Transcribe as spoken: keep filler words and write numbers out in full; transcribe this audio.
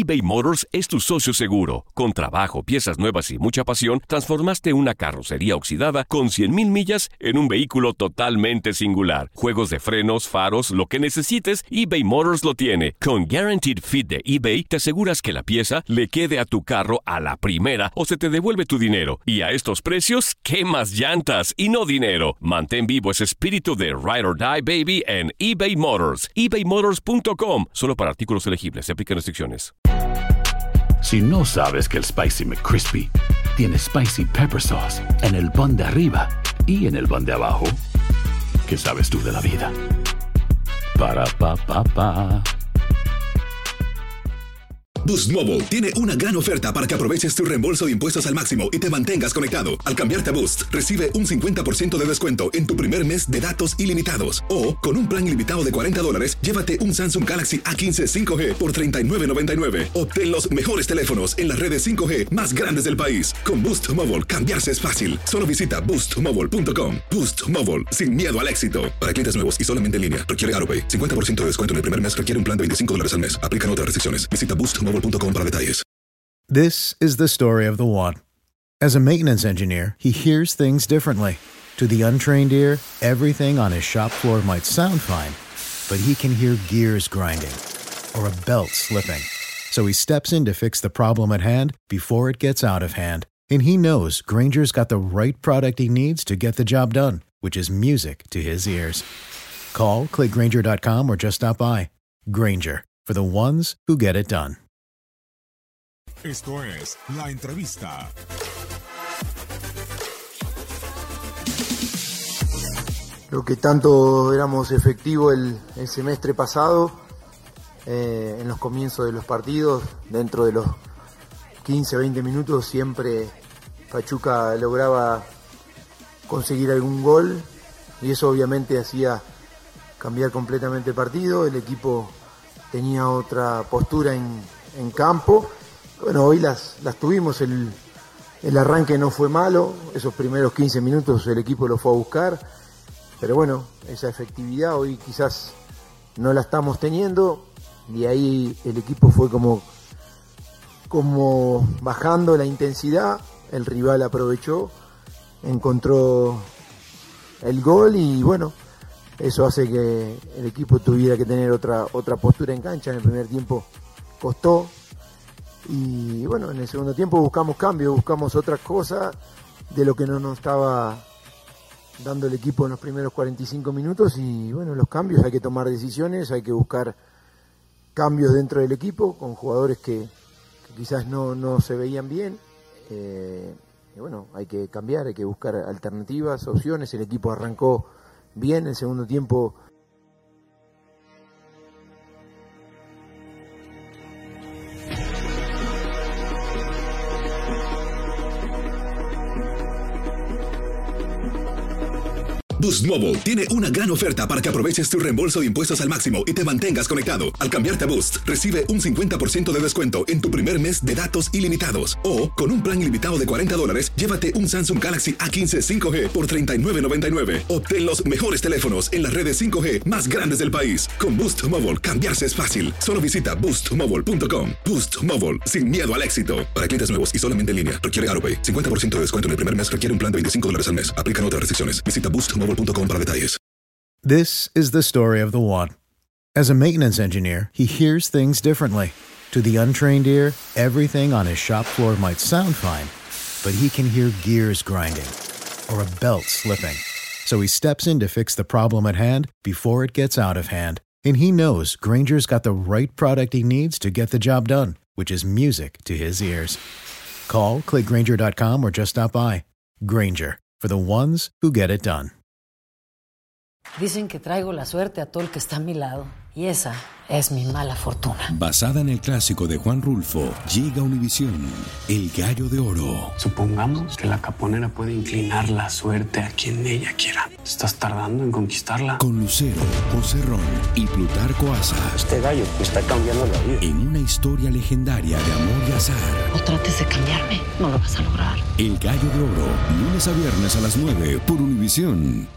eBay Motors es tu socio seguro. Con trabajo, piezas nuevas y mucha pasión, transformaste una carrocería oxidada con cien mil millas en un vehículo totalmente singular. Juegos de frenos, faros, lo que necesites, eBay Motors lo tiene. Con Guaranteed Fit de eBay, te aseguras que la pieza le quede a tu carro a la primera o se te devuelve tu dinero. Y a estos precios, ¿qué más llantas y no dinero? Mantén vivo ese espíritu de Ride or Die, baby, en eBay Motors. ebay motors punto com. Solo para artículos elegibles. Se aplican restricciones. Si no sabes que el Spicy McCrispy tiene Spicy Pepper Sauce en el pan de arriba y en el pan de abajo, ¿qué sabes tú de la vida? Para, pa, pa, pa. Boost Mobile tiene una gran oferta para que aproveches tu reembolso de impuestos al máximo y te mantengas conectado. Al cambiarte a Boost, recibe un cincuenta por ciento de descuento en tu primer mes de datos ilimitados. O, con un plan ilimitado de cuarenta dólares, llévate un Samsung Galaxy A quince cinco G por treinta y nueve noventa y nueve. Obtén los mejores teléfonos en las redes cinco G más grandes del país. Con Boost Mobile, cambiarse es fácil. Solo visita boost mobile punto com. Boost Mobile, sin miedo al éxito. Para clientes nuevos y solamente en línea, requiere AutoPay. cincuenta por ciento de descuento en el primer mes, requiere un plan de veinticinco dólares al mes. Aplican otras restricciones. Visita boost mobile punto com para detalles. This is the story of the one. As a maintenance engineer, he hears things differently. To the untrained ear, everything on his shop floor might sound fine, but he can hear gears grinding or a belt slipping. So he steps in to fix the problem at hand before it gets out of hand. And he knows Grainger's got the right product he needs to get the job done, which is music to his ears. Call, click Grainger dot com, or just stop by. Grainger, for the ones who get it done. Esto es La Entrevista. Lo que tanto éramos efectivos el, el semestre pasado, eh, en los comienzos de los partidos, dentro de los quince a veinte minutos, siempre Pachuca lograba conseguir algún gol y eso obviamente hacía cambiar completamente el partido. El equipo tenía otra postura en, en campo. Bueno, hoy las, las tuvimos, el, el arranque no fue malo, esos primeros quince minutos el equipo lo fue a buscar, pero bueno, esa efectividad hoy quizás no la estamos teniendo y ahí el equipo fue como, como bajando la intensidad, el rival aprovechó, encontró el gol y bueno, eso hace que el equipo tuviera que tener otra, otra postura en cancha. En el primer tiempo costó. Y bueno, en el segundo tiempo buscamos cambios, buscamos otras cosas de lo que no nos estaba dando el equipo en los primeros cuarenta y cinco minutos. Y bueno, los cambios, hay que tomar decisiones, hay que buscar cambios dentro del equipo con jugadores que, que quizás no, no se veían bien. Eh, y bueno, hay que cambiar, hay que buscar alternativas, opciones. El equipo arrancó bien, el segundo tiempo Boost Mobile tiene una gran oferta para que aproveches tu reembolso de impuestos al máximo y te mantengas conectado. Al cambiarte a Boost, recibe un cincuenta por ciento de descuento en tu primer mes de datos ilimitados. O, con un plan ilimitado de cuarenta dólares, llévate un Samsung Galaxy A quince cinco G por treinta y nueve noventa y nueve. Obtén los mejores teléfonos en las redes cinco G más grandes del país. Con Boost Mobile, cambiarse es fácil. Solo visita boost mobile punto com. Boost Mobile, sin miedo al éxito. Para clientes nuevos y solamente en línea, requiere AutoPay. cincuenta por ciento de descuento en el primer mes, requiere un plan de veinticinco dólares al mes. Aplican otras restricciones. Visita boost mobile punto com para detalles. This is the story of the one. As a maintenance engineer, he hears things differently. To the untrained ear, everything on his shop floor might sound fine, but he can hear gears grinding or a belt slipping. So he steps in to fix the problem at hand before it gets out of hand. And he knows Grainger's got the right product he needs to get the job done, which is music to his ears. Call, click Grainger dot com, or just stop by. Grainger, for the ones who get it done. Dicen que traigo la suerte a todo el que está a mi lado. Y esa es mi mala fortuna. Basada en el clásico de Juan Rulfo, llega Univisión, El Gallo de Oro. Supongamos que la caponera puede inclinar la suerte a quien ella quiera. ¿Estás tardando en conquistarla? Con Lucero, José Ron y Plutarco Asa. Este gallo me está cambiando la vida. En una historia legendaria de amor y azar. No trates de cambiarme, no lo vas a lograr. El Gallo de Oro, lunes a viernes a las nueve por Univisión.